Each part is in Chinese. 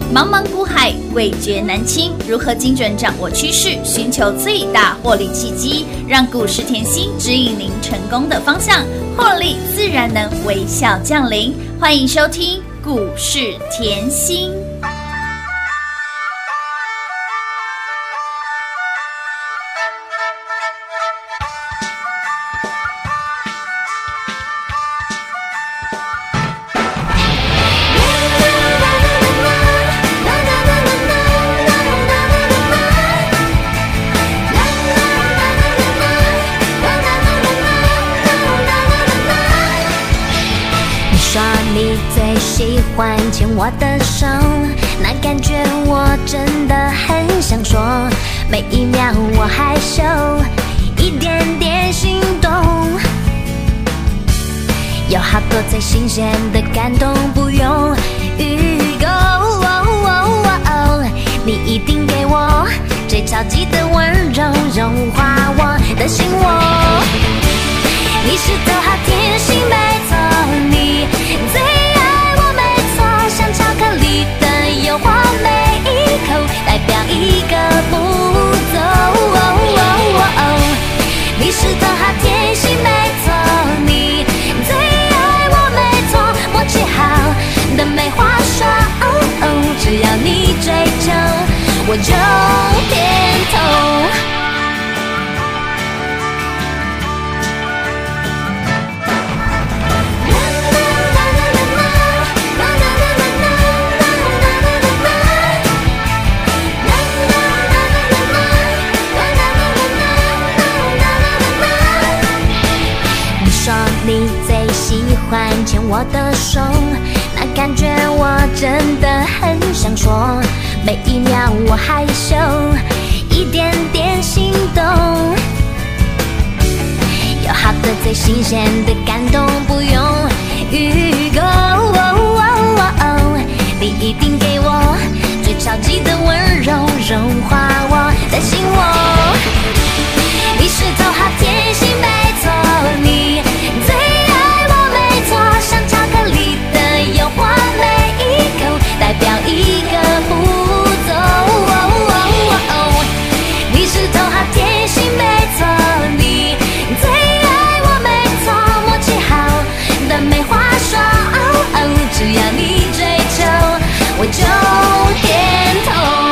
茫茫股海，味觉难清。如何精准掌握趋势，寻求最大获利契机，让股市甜心指引您成功的方向，获利自然能微笑降临。欢迎收听股市甜心。 喜欢牵我的手，那感觉我真的很想说，每一秒我害羞，一点点心动，有好多最新鲜的感动，不用预购，你一定给我最超级的温柔，融化我的心窝。你是头好甜心，没错，你最像巧克力的诱惑，每一口代表一个步骤。你是头好甜心，没错，你最爱我，没错，默契好的没话说。只要你追求，我就点头。你最喜欢牵我的手，那感觉我真的很想说，每一秒我害羞，一点点心动，有好的最新鲜的感动，不用预购，你一定给我最超级的温柔，融化我的心窝。你是头好甜心，没错，你最爱我，没错，像巧克力的诱惑，每一口代表一个步骤。你是头好甜心，没错，你最爱我，没错，默契好的没话说。只要你追求，我就点头。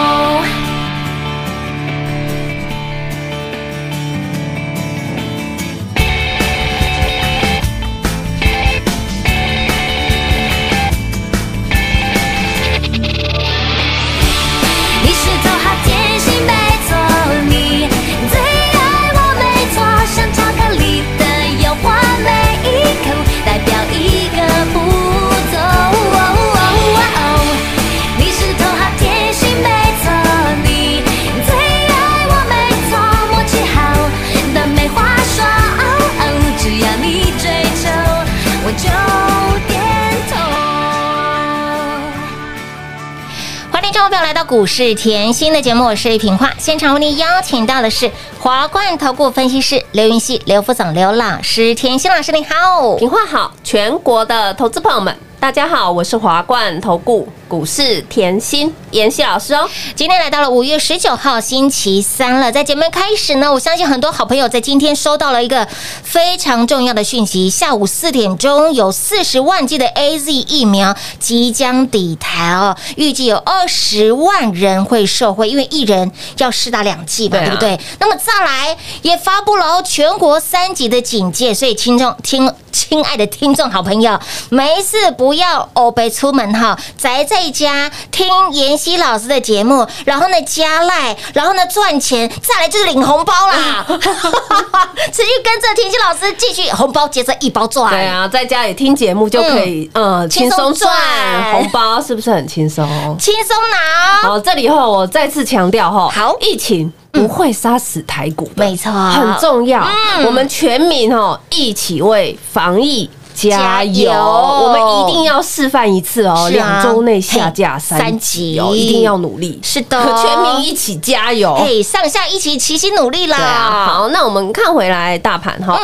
来到股市甜心的节目，我是李平化，现场为您邀请到的是华冠投顾分析师刘云熙、刘副总、刘老师。甜心老师你好。 平化好，全国的投资朋友们大家好，我是华冠投顾股市甜心妍希老师哦。 今天来到了5月19号星期三了，在节目开始呢，我相信很多好朋友在今天收到了一个非常重要的讯息，下午4点钟有40万剂的 AZ 疫苗即将抵台哦，预计有20万人会受惠，因为一人要施打2剂嘛，对不对？那么再来也发布了全国3级的警戒，所以亲爱的听众好朋友，没事不要欧北出门哈，宅在家听妍希老师的节目，然后呢加赖，然后呢赚钱，再来就是领红包啦！持续跟着甜心老师继续红包接着一包赚。 对啊，在家里听节目就可以轻松赚红包，是不是很轻松？ 轻松拿。 好，这里后我再次强调哈， 好， 疫情不会杀死台股， 没错， 很重要。我们全民一起为防疫加油！我们一定要示范一次哦，2周内下架3级哦，一定要努力。 是的， 全民一起加油！ 嘿，上下一起齐心努力啦！ 对啊，好，那我们看回来大盘哈。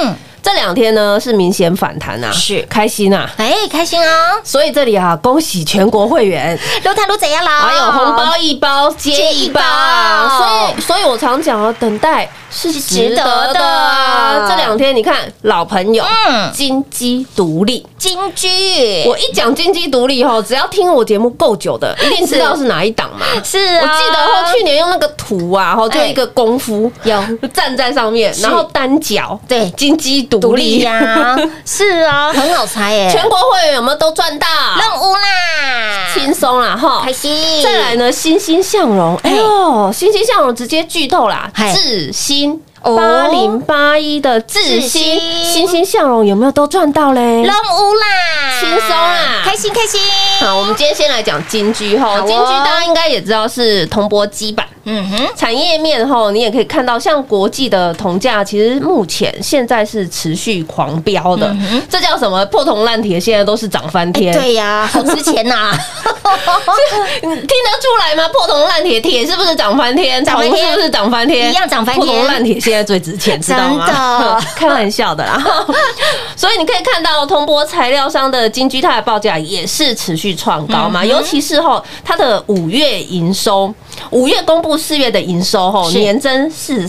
这2天呢是明显反弹啊， 是开心啊， 开心啊！ 所以这里啊，恭喜全国会员， 撸碳撸怎样啦？ 还有红包一包接一包啊！所以我常讲啊，等待是值得的啊。这2天你看老朋友，金鸡独立， 金居， 我一讲金鸡独立后，只要听我节目够久的，一定知道是哪一档嘛。 是啊， 我记得去年用那个图啊，就一个功夫有站在上面，然后单脚对金鸡独立呀，是啊，很好猜耶。 全国会员有没有都赚到？ 任务啦， 轻松啦哈， 开心。 再来呢，欣欣向荣，哎呦，欣欣向荣直接剧透啦，智新。8081的智新，欣欣向荣有没有都赚到嘞？ 任务啦， 轻松啦， 开心开心。 好，我们今天先来讲金居哈，金居大家应该也知道是铜箔基板。产业面后，你也可以看到，像国际的铜价，其实目前现在是持续狂飙的。这叫什么？破铜烂铁，现在都是涨翻天。 对呀，好值钱呐！ 你听得出来吗？破铜烂铁，铁是不是涨翻天？铜是不是涨翻天？ 一样涨翻天。 破铜烂铁现在最值钱，知道吗？ 真的， 开玩笑的啦。所以你可以看到，铜箔材料商的金居它的报价也是持续创高嘛，尤其是它的5月营收，5月公布4月的营收年增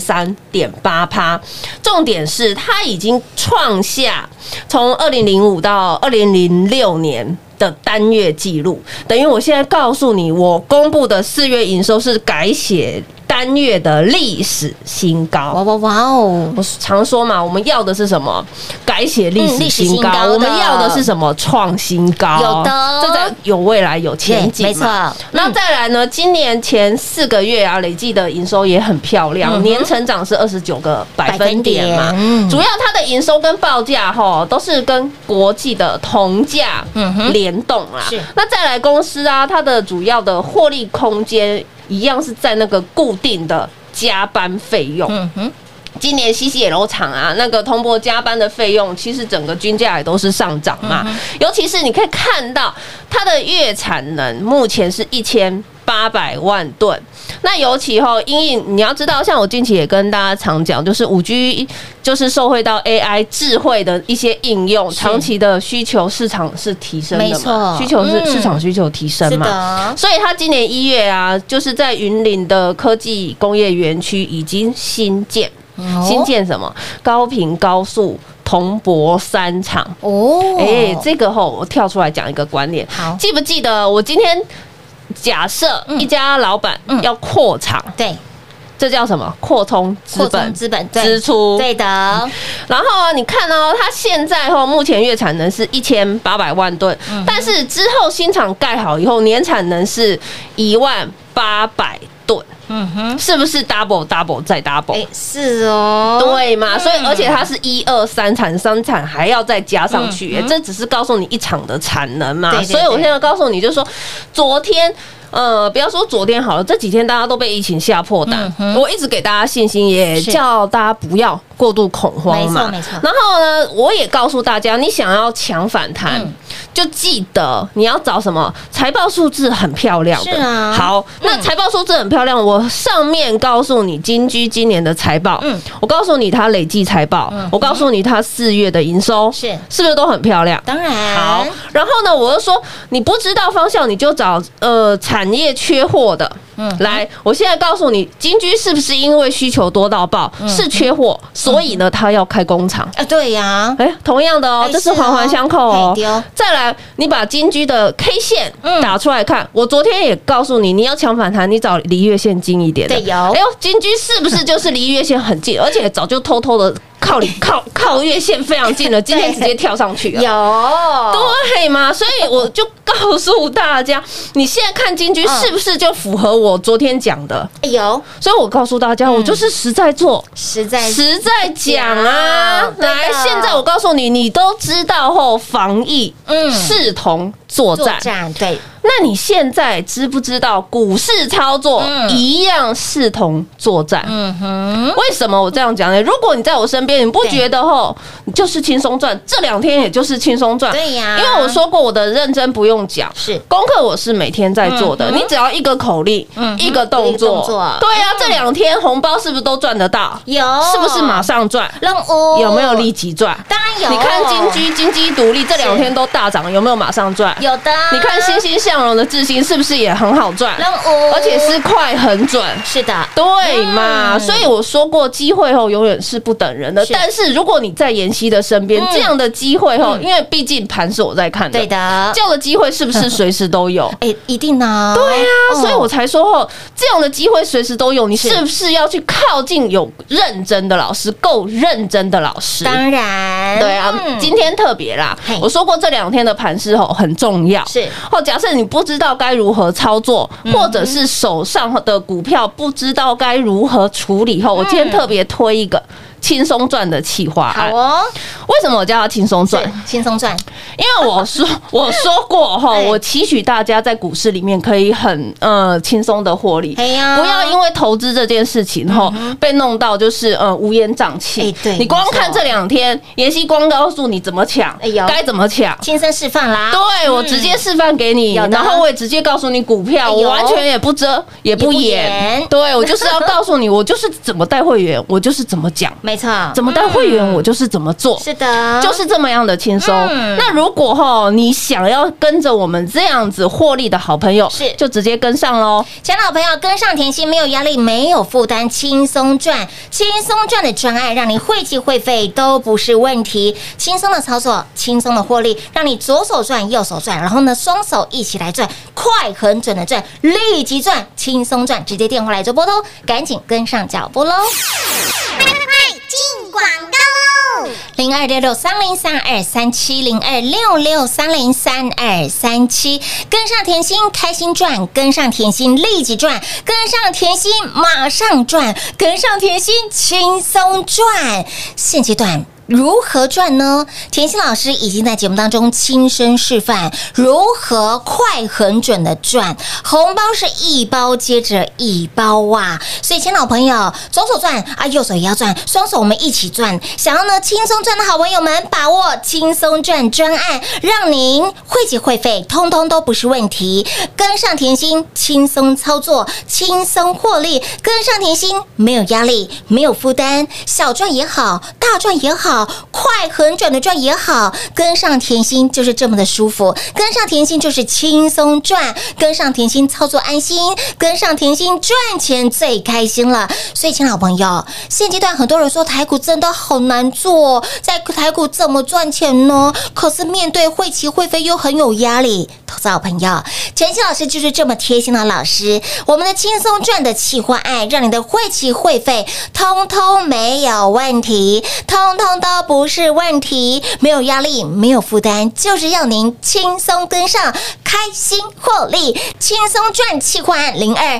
43.8%，重点是它已经创下从2005到2006年的单月记录，等于我现在告诉你，我公布的4月营收是改写单月的历史新高。 哇哦！ 我常说嘛，我们要的是什么？改写历史新高。我们要的是什么？创新高。 有的， 这才有未来，有前景。 没错。 那再来呢？今年前4个月啊，累计的营收也很漂亮，年成长是29个百分点嘛。主要它的营收跟报价都是跟国际的铜价联动啦。那再来公司啊，它的主要的获利空间一样是在那个固定的加班费用。今年 CCL 厂啊，那个铜箔加班的费用，其实整个均价也都是上涨嘛。尤其是你可以看到它的月产能目前是1800万吨。那尤其因应你要知道，像我近期也跟大家常讲，就是5G 就是受惠到 AI 智慧的一些应用，长期的需求市场是提升的嘛，需求是市场需求提升嘛，所以它今年1月啊，就是在云林的科技工业园区已经新建什么高频高速铜箔3厂这个我跳出来讲一个观念，记不记得我今天假设一家老板要扩厂， 对， 这叫什么？扩充资本支出， 对的。 然后你看它现在目前月产能是1800万吨，但是之后新厂盖好以后，年产能是18000吨。是不是 double 再 double？ 是哦， 对嘛？所以而且它是1、2、3产，3产还要再加上去，这只是告诉你一场的产能嘛。所以我现在告诉你，就是说昨天。不要说昨天好了，这几天大家都被疫情吓破胆，我一直给大家信心，也叫大家不要过度恐慌嘛。 没错。 然后呢，我也告诉大家，你想要抢反弹，就记得你要找什么财报数字很漂亮的。 是啊。 好，那财报数字很漂亮，我上面告诉你金居今年的财报，我告诉你它累计财报，我告诉你它4月的营收，是不是都很漂亮？ 当然。 好，然后呢，我就说你不知道方向，你就找产业缺货的。来，我现在告诉你，金居是不是因为需求多到爆，是缺货，所以呢，它要开工厂啊？对呀， 同样的这是环环相扣哦。再来，你把金居的 K 线打出来看，我昨天也告诉你，你要抢反弹，你找离月线近一点的。 对，有。 哎呦，金居是不是就是离月线很近，而且早就偷偷的靠月线非常近了，今天直接跳上去了。 有， 对嘛？所以我就告诉大家，你现在看金居是不是就符合我昨天讲的？ 有， 所以我告诉大家，我就是实在做，实在讲啊。来，现在我告诉你，你都知道防疫视同作战。 对。 那你现在知不知道股市操作一样视同作战？为什么我这样讲呢？如果你在我身边，你不觉得你就是轻松赚？这2天也就是轻松赚。 对呀， 因为我说过我的认真不用讲，是功课我是每天在做的。你只要一个口令，一个动作，对啊，这2天红包是不是都赚得到？ 有， 是不是马上赚？有没有立即赚？ 当然有。 你看金鸡独立这2天都大涨，有没有马上赚？ 有的。 你看欣欣向荣的智新是不是也很好赚？而且是快很准。 是的， 对嘛？所以我说过，机会永远是不等人的。但是如果你在妍希的身边，这样的机会因为毕竟盘是我在看的， 对的， 这样的机会是不是随时都有？ 一定啊。 对啊，所以我才说这样的机会随时都有。你是不是要去靠近有认真的老师，够认真的老师？ 当然， 对啊。今天特别啦，我说过这2天的盘势很重要。是假设你不知道该如何操作，或者是手上的股票不知道该如何处理我今天特别推一个轻松赚的企划案。好哦，为什么我叫它轻松赚？ 轻松赚， 因为我说过我期许大家在股市里面可以很轻松的获利，不要因为投资这件事情被弄到就是乌烟瘴气。你光看这2天，妍希光告诉你怎么抢，该怎么抢， 亲身示范啦。 对，我直接示范给你，然后我也直接告诉你股票，我完全也不遮也不掩。对，我就是要告诉你，我就是怎么带会员，我就是怎么讲。 没错， 怎么带会员，我就是怎么做。 是的， 就是这么样的轻松。那如果你想要跟着我们这样子获利的好朋友，就直接跟上喽。 亲爱的好朋友，跟上甜心，没有压力，没有负担，轻松赚，轻松赚的专案，让你会期会费都不是问题。轻松的操作，轻松的获利，让你左手赚，右手赚，然后呢，双手一起来赚，快很准的赚，立即赚，轻松赚，直接电话来做拨通，赶紧跟上脚步喽！进广告喽！0266303237，0266303237，跟上甜心开心赚，跟上甜心立即赚，跟上甜心马上赚，跟上甜心轻松赚。现阶段如何赚呢？甜心老师已经在节目当中亲身示范如何快很准的赚，红包是一包接着一包啊！所以，亲爱的好朋友，左手赚啊，右手也要赚，双手我们一起赚。想要呢轻松赚的好朋友们，把握轻松赚专案，让您会期会费通通都不是问题。跟上甜心，轻松操作，轻松获利。跟上甜心，没有压力，没有负担，小赚也好，大赚也好。快很准的赚也好，跟上甜心就是这么的舒服，跟上甜心就是轻松赚，跟上甜心操作安心，跟上甜心赚钱最开心了。所以，亲爱的朋友，现阶段很多人说台股真的好难做，在台股怎么赚钱呢？可是面对会期会费又很有压力。投资好朋友，甜心老师就是这么贴心的老师，我们的轻松赚的企划案，让你的会期会费通通没有问题，通通都不是问题，没有压力，没有负担，就是要您轻松跟上，开心获利，轻松赚企划案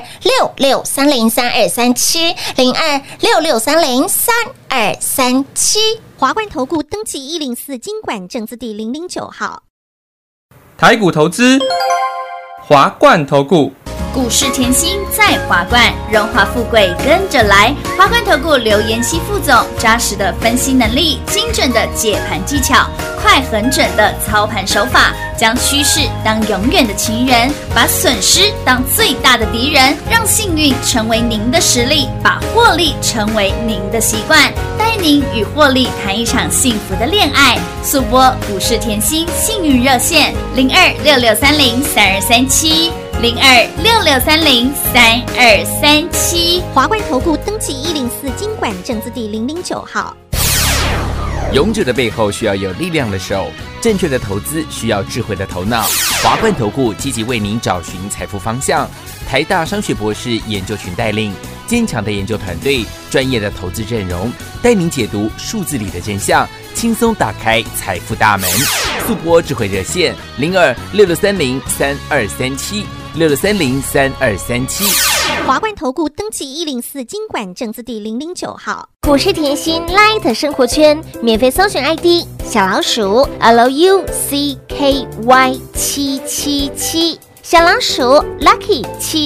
0266303237，0266303237。 华冠投顾登记104金管证字第009号。 台股投资，华冠投顾。 股市甜心在华冠，荣华富贵跟着来。华冠投顾刘妍希副总，扎实的分析能力，精准的解盘技巧，快很准的操盘手法，将趋势当永远的情人，把损失当最大的敌人，让幸运成为您的实力，把获利成为您的习惯，带您与获利谈一场幸福的恋爱。速播股市甜心幸运热线0266303237，0266303237。 华冠投顾登记104金管证字第009号。 勇者的背后需要有力量的手，正确的投资需要智慧的头脑。华冠投顾积极为您找寻财富方向，台大商学博士研究群带领，坚强的研究团队，专业的投资阵容，带您解读数字里的真相，轻松打开财富大门。速播智慧热线0266303237，66303237。 华冠投顾登记104金管证字第009号。 股市甜心 Light 生活圈免费搜寻 ID 小老鼠 LUCKY777，小老鼠 Lucky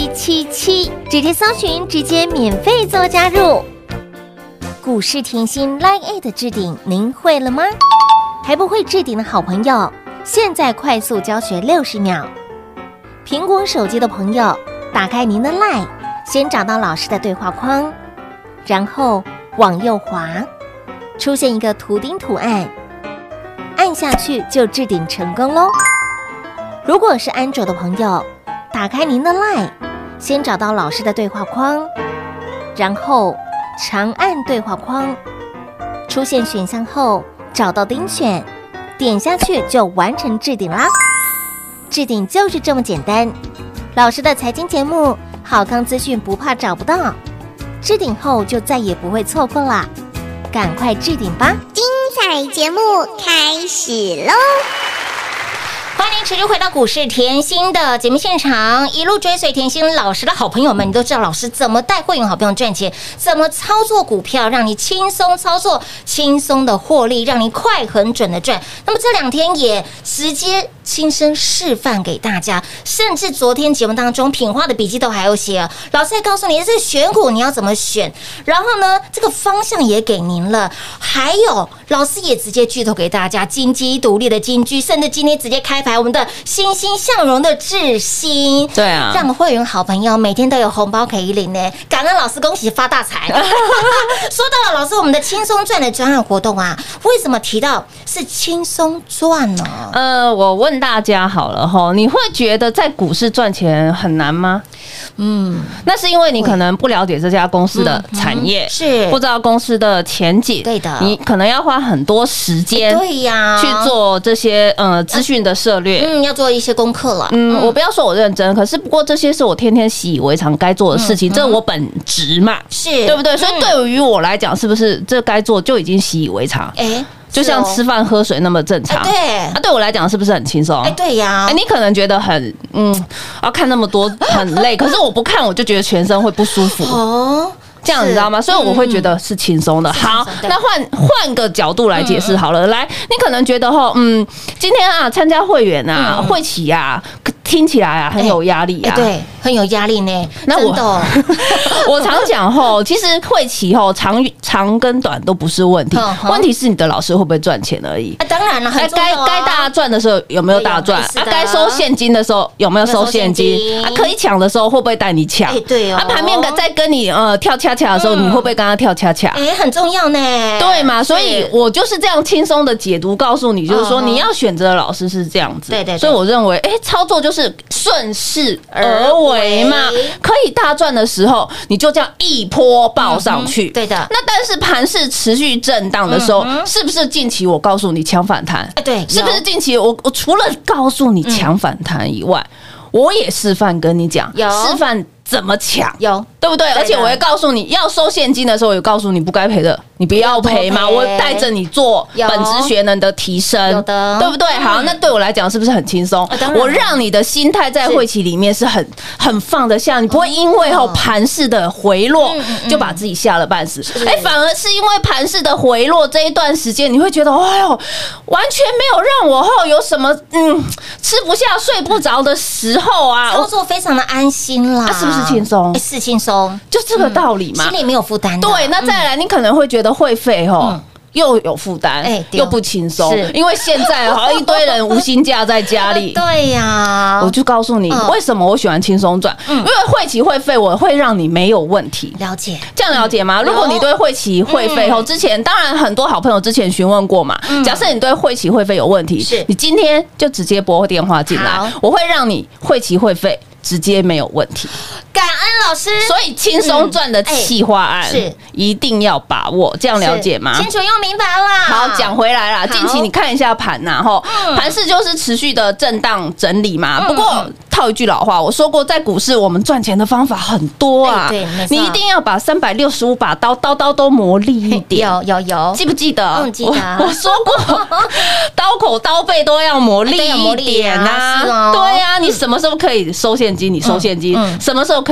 777，直接搜寻，直接免费做加入。股市甜心 Light 的置顶，您会了吗？还不会置顶的好朋友，现在快速教学60秒。苹果手机的朋友，打开您的 Light， 先找到老师的对话框，然后往右滑，出现一个图钉图案，按下去就置顶成功咯。如果是安卓的朋友，打开您的 LINE， 先找到老师的对话框，然后长按对话框，出现选项后找到钉选，点下去就完成置顶啦。置顶就是这么简单。老师的财经节目，好康资讯不怕找不到，置顶后就再也不会错过啦，赶快置顶吧！ 彩节目开始喽！ 欢迎持续回到股市甜心的节目现场，一路追随甜心老师的好朋友们，你都知道老师怎么带会员好朋友赚钱，怎么操作股票，让你轻松操作，轻松的获利，让你快很准的赚。那么这2天也直接亲身示范给大家，甚至昨天节目当中品花的笔记都还有写啊，老师还告诉你这选股你要怎么选，然后呢这个方向也给您了，还有老师也直接剧透给大家金鸡独立的金居，甚至今天直接开牌我们的欣欣向荣的智新， 对啊， 让会员好朋友每天都有红包可以领呢，感恩老师，恭喜发大财！说到了老师，我们的轻松赚的专案活动啊，为什么提到是轻松赚呢？ 我问大家好了哈，你会觉得在股市赚钱很难吗？那是因为你可能不了解这家公司的产业， 是不知道公司的前景， 对的， 你可能要花很多时间， 对呀， 去做这些资讯的涉略， 要做一些功课了。 我不要说我认真，可是不过这些是我天天习以为常该做的事情，这是我本职嘛， 是对不对？所以对于我来讲，是不是这该做就已经习以为常？就像吃饭喝水那么正常， 对啊，对我来讲是不是很轻松？ 对呀， 你可能觉得很要看那么多很累，可是我不看我就觉得全身会不舒服哦。这样你知道吗？所以我会觉得是轻松的。好，那换个角度来解释好了。来，你可能觉得今天啊参加会员啊会期啊，听起来啊很有压力啊， 对，很有压力呢。 那我常讲其实会期长跟短都不是问题，问题是你的老师会不会赚钱而已。 当然了， 该大赚的时候有没有大赚？该收现金的时候有没有收现金？可以抢的时候会不会带你抢？ 对哦。 盘面在跟你跳恰恰的时候，你会不会跟他跳恰恰？ 很重要呢。 对嘛？所以我就是这样轻松的解读，告诉你，就是说你要选择的老师是这样子。对。所以我认为，操作就是顺势而为嘛。可以大赚的时候，你就这样一波爆上去。 对的。 那但是盘势持续震荡的时候，是不是近期我告诉你抢反弹？ 对。 是不是近期我除了告诉你抢反弹以外，我也示范跟你讲，示范怎么抢，对不对？而且我会告诉你要收现金的时候，也告诉你不该赔的，你不要赔嘛。我带着你做本质学能的提升，对不对？好，那对我来讲是不是很轻松？我让你的心态在会期里面是很放得下，你不会因为盘势的回落就把自己吓了半死。反而是因为盘势的回落这一段时间，你会觉得哎呦，完全没有让我有什么吃不下睡不着的时候啊， 操作非常的安心啦， 是不是轻松？ 是轻松， 就这个道理嘛， 心里没有负担。 对，那再来，你可能会觉得会费又有负担，又不轻松，因为现在好像一堆人无薪假在家里。 对呀， 我就告诉你为什么我喜欢轻松赚，因为会期会费我会让你没有问题。 了解， 这样了解吗？如果你对会期会费之前，当然很多好朋友之前询问过嘛。假设你对会期会费有问题，你今天就直接拨电话进来，我会让你会期会费直接没有问题。 感恩老师， 所以轻松赚的企划案是一定要把握，这样了解吗？ 清楚又明白啦。 好，讲回来啦，近期你看一下盘呐，盘势就是持续的震荡整理嘛。不过套一句老话，我说过，在股市我们赚钱的方法很多啊， 对， 你一定要把365把刀都磨利一点。 有， 记不记得？ 记得。 我说过，刀口刀背都要磨利一点啊。对啊，你什么时候可以收现金？你收现金，什么时候可以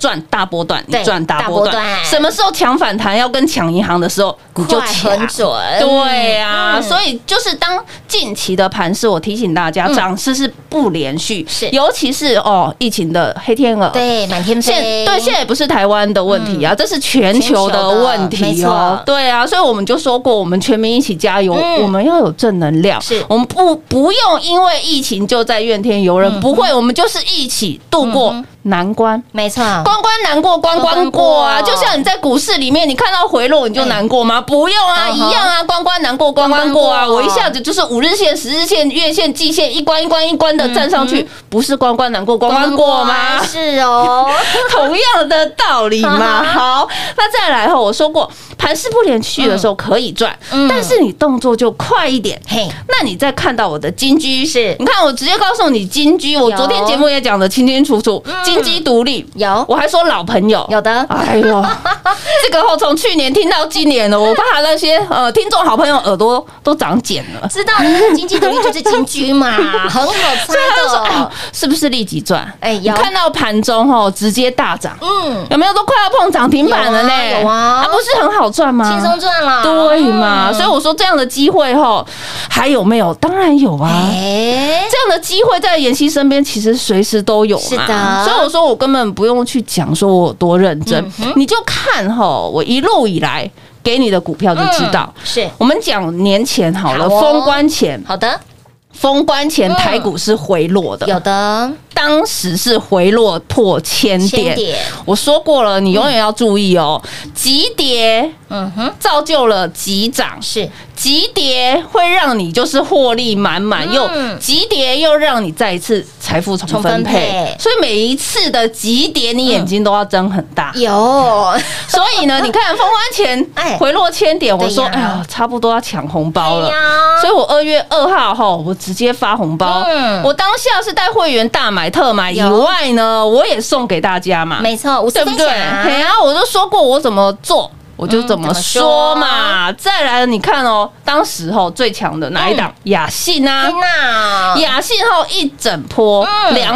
赚大波段，你对赚大波段。 大波段什么时候抢反弹要跟抢银行的时候，你就快抢很准， 对啊，所以就是当近期的盘势，我提醒大家，涨势是不连续， 是尤其是疫情的黑天鹅， 对，满天飞， 现在也不是台湾的问题啊，这是全球的问题没错对啊，所以我们就说过，我们全民一起加油，我们要有正能量， 是我们不用因为疫情就在怨天尤人，不会，我们就是一起度过难关。 没错， 关关难过关关过啊， 关关过就像你在股市里面，你看到回落你就难过吗？不用啊，一样啊，关关难过关关过啊，我一下子就是5日线、10日线、月线、季线，一关一关一关的站上去，不是关关难过关关过吗？ 是哦， 同样的道理嘛。好，那再来后，我说过，盘势不连续的时候可以赚，但是你动作就快一点。 嘿， 那你再看到我的金居， 是你看我直接告诉你金居，我昨天节目也讲得清清楚楚，金鸡独立有我还说老朋友有的， 哎呦，这个后从去年听到今年了，我怕那些听众好朋友耳朵都长茧了。 知道经济独立就是金居嘛，很好猜的， 是不是立即赚？ 哎， 你看到盘中直接大涨，有没有都快要碰涨停板了呢？ 有啊， 不是很好赚吗？ 轻松赚了， 对嘛？所以我说这样的机会还有没有？当然有啊！这样的机会在妍希身边，其实随时都有嘛。 是的， 所以我说我根本不用去讲说我有多认真，你就看我一路以来给你的股票就知道。 是我们讲年前好了， 好哦封关前， 好的， 封关前台股是回落的， 有的， 当时是回落破1000点。我说过了，你永远要注意急跌，造就了急涨， 是急跌会让你就是获利满满，又急跌又让你再一次财富重分配，所以每一次的急跌，你眼睛都要睁很大。 有， 所以呢，你看封关前回落1000点，我说哎呀，差不多要抢红包了。所以我2月2号我直接发红包，我当下是带会员大买特买以外呢，我也送给大家嘛， 没错， 对不对？对啊，我就说过我怎么做。我就怎么说嘛，再来你看当时最强的哪一档？雅信啊，雅信一整波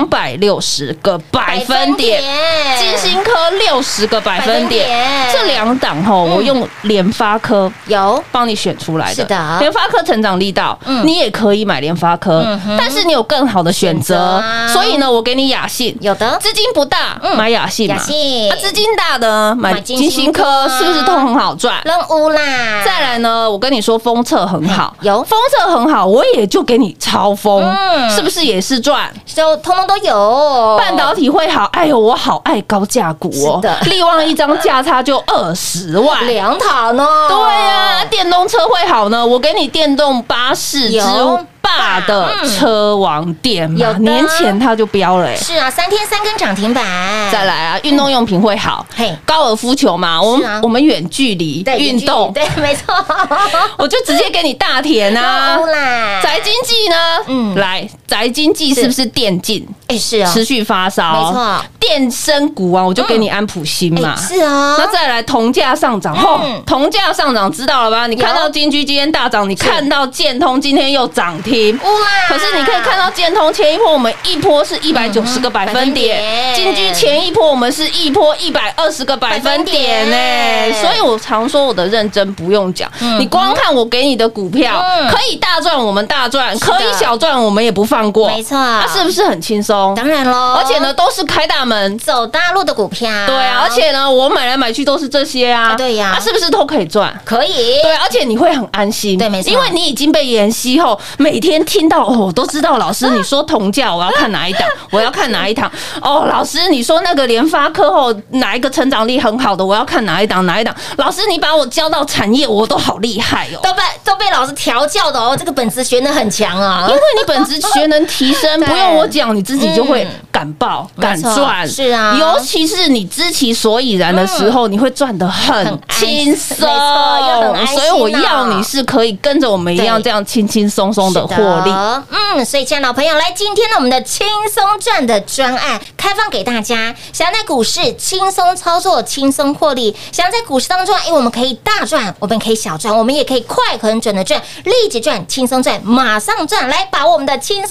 260个百分点，金星科60个百分点，这2档我用联发科有帮你选出来的， 是的， 联发科成长力道，你也可以买联发科，但是你有更好的选择，所以呢，我给你雅信， 有的资金不大买雅信嘛，资金大的买金星科，是不是？都很好赚， 任务啦。 再来呢，我跟你说封测很好， 有封测很好，我也就给你超封，是不是也是赚？ 都通通都有。 半导体会好，哎呦，我好爱高价股哦。力旺一张价差就20万 ，2塔呢？ 对呀，电动车会好呢，我给你电动巴士之霸的车王店嘛，年前它就飙了， 是啊，3天3根涨停板。 再来啊，运动用品会好，高尔夫球嘛，我们远距离运动， 对，没错， 我就直接给你大田啊。宅经济呢，来，宅经济是不是电竞？ 是啊， 持续发烧， 没错。 电生股啊，我就给你安普新嘛， 是啊。 那再来铜价上涨，铜价上涨，知道了吧？你看到金居今天大涨，你看到建通今天又涨停，可是你可以看到建通前一波我们一波是190个百分点，金居前一波我们是一波120个百分点呢。所以我常说我的认真不用讲，你光看我给你的股票，可以大赚我们大赚，可以小赚我们也不放过， 没错， 是不是很轻松？ 当然喽， 而且呢都是开大门走大路的股票， 对啊，而且呢我买来买去都是这些啊， 对呀， 是不是都可以赚？ 可以， 对，而且你会很安心， 对，没错， 因为你已经被妍希每天听到我都知道老师你说铜价我要看哪一档，我要看哪一档老师你说那个联发科哪一个成长力很好的，我要看哪一档，老师你把我教到产业我都好厉害都被老师调教的这个本质学能很强啊， 因为你本质学能提升，不用我讲你自己就会敢爆敢赚， 是啊， 尤其是你知其所以然的时候，你会赚得很轻松，所以我要你是可以跟着我们一样这样轻轻松松的获利。 所以亲爱的老朋友，来今天呢我们的轻松赚的专案开放给大家，想要在股市轻松操作、轻松获利，想要在股市当中，我们可以大赚，我们可以小赚，我们也可以快很准的赚，立即赚，轻松赚，马上赚，来把我们的轻松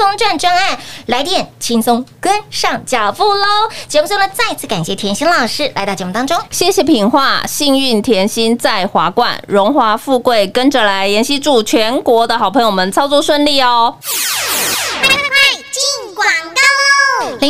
松赚专案，来电轻松跟上脚步喽！节目中呢，再次感谢甜心老师来到节目当中， 谢谢品画，幸运甜心在华冠，荣华富贵跟着来。妍希祝全国的好朋友们操作顺利哦。 进广告喽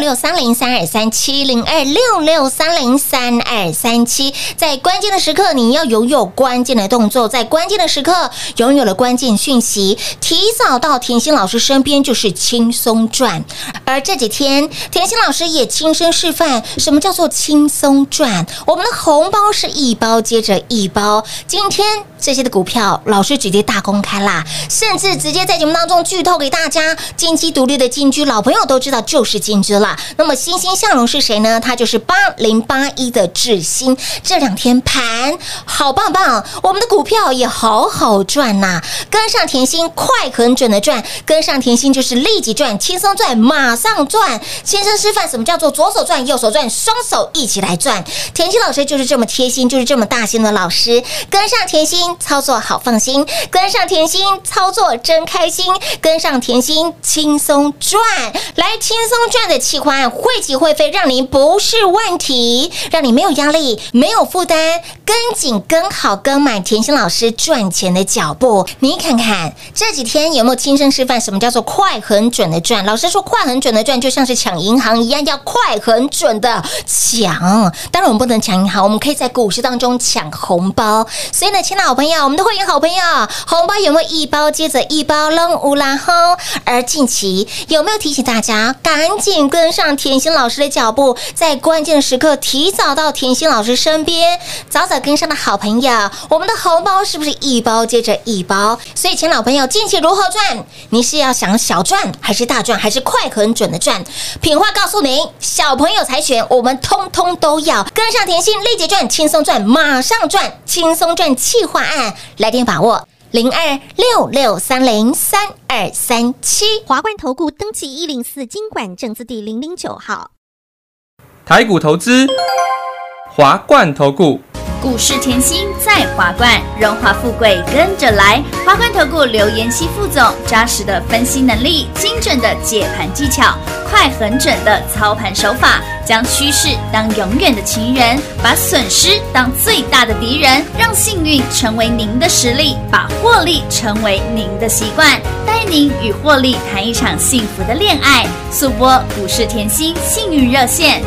！0266303237，0266303237，在关键的时刻，你要拥有关键的动作，在关键的时刻拥有了关键讯息，提早到甜心老师身边就是轻松赚。而这几天，甜心老师也亲身示范什么叫做轻松赚。我们的红包是一包接着一包，今天这些的股票，老师直接大公开啦，甚至直接在节目当中剧透给大家。金鸡独立的金居，老朋友都知道就是金居啦。那么欣欣向荣是谁呢？它就是8081的智新。这2天盘好棒棒，我们的股票也好好赚呐。跟上甜心，快很准的赚，跟上甜心就是立即赚，轻松赚，马上赚。先生示范什么叫做左手赚，右手赚，双手一起来赚。甜心老师就是这么贴心，就是这么大心的老师。跟上甜心，操作好放心；跟上甜心，操作真开心；跟上甜心，轻松赚。来，轻松赚的企划案，会籍会费让您不是问题，让你没有压力，没有负担，跟紧跟好跟满甜心老师赚钱的脚步。你看看这几天有没有亲身示范什么叫做快很准的赚？老师说快很准的赚就像是抢银行一样，要快很准的抢。当然我们不能抢银行，我们可以在股市当中抢红包。所以呢，亲爱的好朋友，我们的会员好朋友，红包有没有一包接着一包扔乌拉吼？而近期有没有提醒大家赶紧跟上甜心老师的脚步，在关键的时刻提早到甜心老师身边，早早跟上的好朋友，我们的红包是不是一包接着一包？所以，亲爱的朋友，近期如何赚？你是要想小赚，还是大赚，还是快很准的赚？品话告诉您，小朋友才选，我们通通都要跟上甜心，立即赚，轻松赚，马上赚，轻松赚企划案，来电把握。0266303237， 华冠投顾登记104金管证字第009号。 台股投资，华冠投顾。 股市甜心在华冠，荣华富贵跟着来。华冠投顾刘妍希副总，扎实的分析能力，精准的解盘技巧，快很准的操盘手法，将趋势当永远的情人，把损失当最大的敌人，让幸运成为您的实力，把获利成为您的习惯，带您与获利谈一场幸福的恋爱。速播股市甜心幸运热线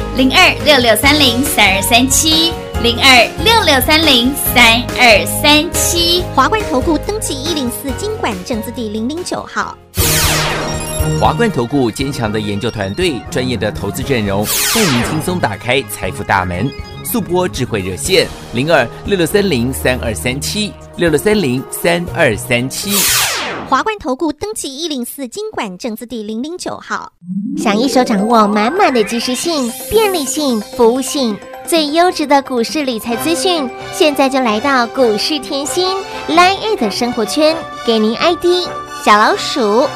0266303237。0266303237， 华冠投顾登记104金管证字第009号。 华冠投顾坚强的研究团队，专业的投资阵容，带您轻松打开财富大门。速播智慧热线0266303237，66303237。 华冠投顾登记104金管证字第009号。 想一手掌握满满的及时性、便利性、服务性。最优质的股市理财资讯，现在就来到股市甜心 LINE@ 的生活圈，给您 ID 小老鼠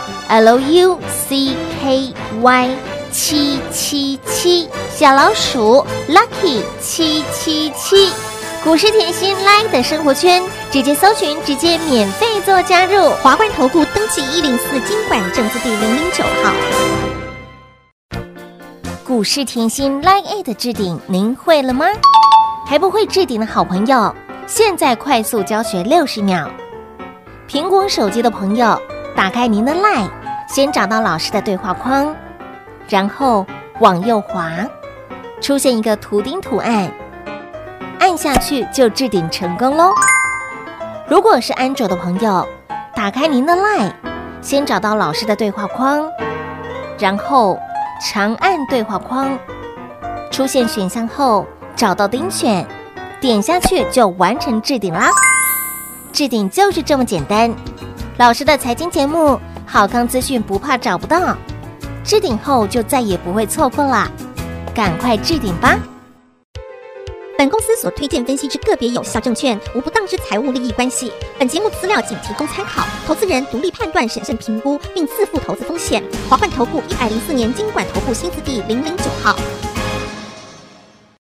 LUCKY777，小老鼠 Lucky 777，股市甜心 LINE@ 的生活圈，直接搜寻，直接免费做加入。 华冠投顾登记104金管证字第009号。 股市甜心 LINE@ 的置顶，您会了吗？还不会置顶的好朋友，现在快速教学60秒。苹果手机的朋友，打开您的 LINE， 先找到老师的对话框，然后往右滑，出现一个图钉图案，按下去就置顶成功咯。如果是安卓的朋友，打开您的 LINE， 先找到老师的对话框，然后长按对话框，出现选项后找到钉选，点下去就完成置顶啦。置顶就是这么简单。老师的财经节目，好康资讯不怕找不到，置顶后就再也不会错过啦，赶快置顶吧。 本公司所推荐分析之个别有效证券，无不当之财务利益关系。本节目资料仅提供参考，投资人独立判断、审慎评估，并自负投资风险。华冠投顾104年金管投顾新字第009号。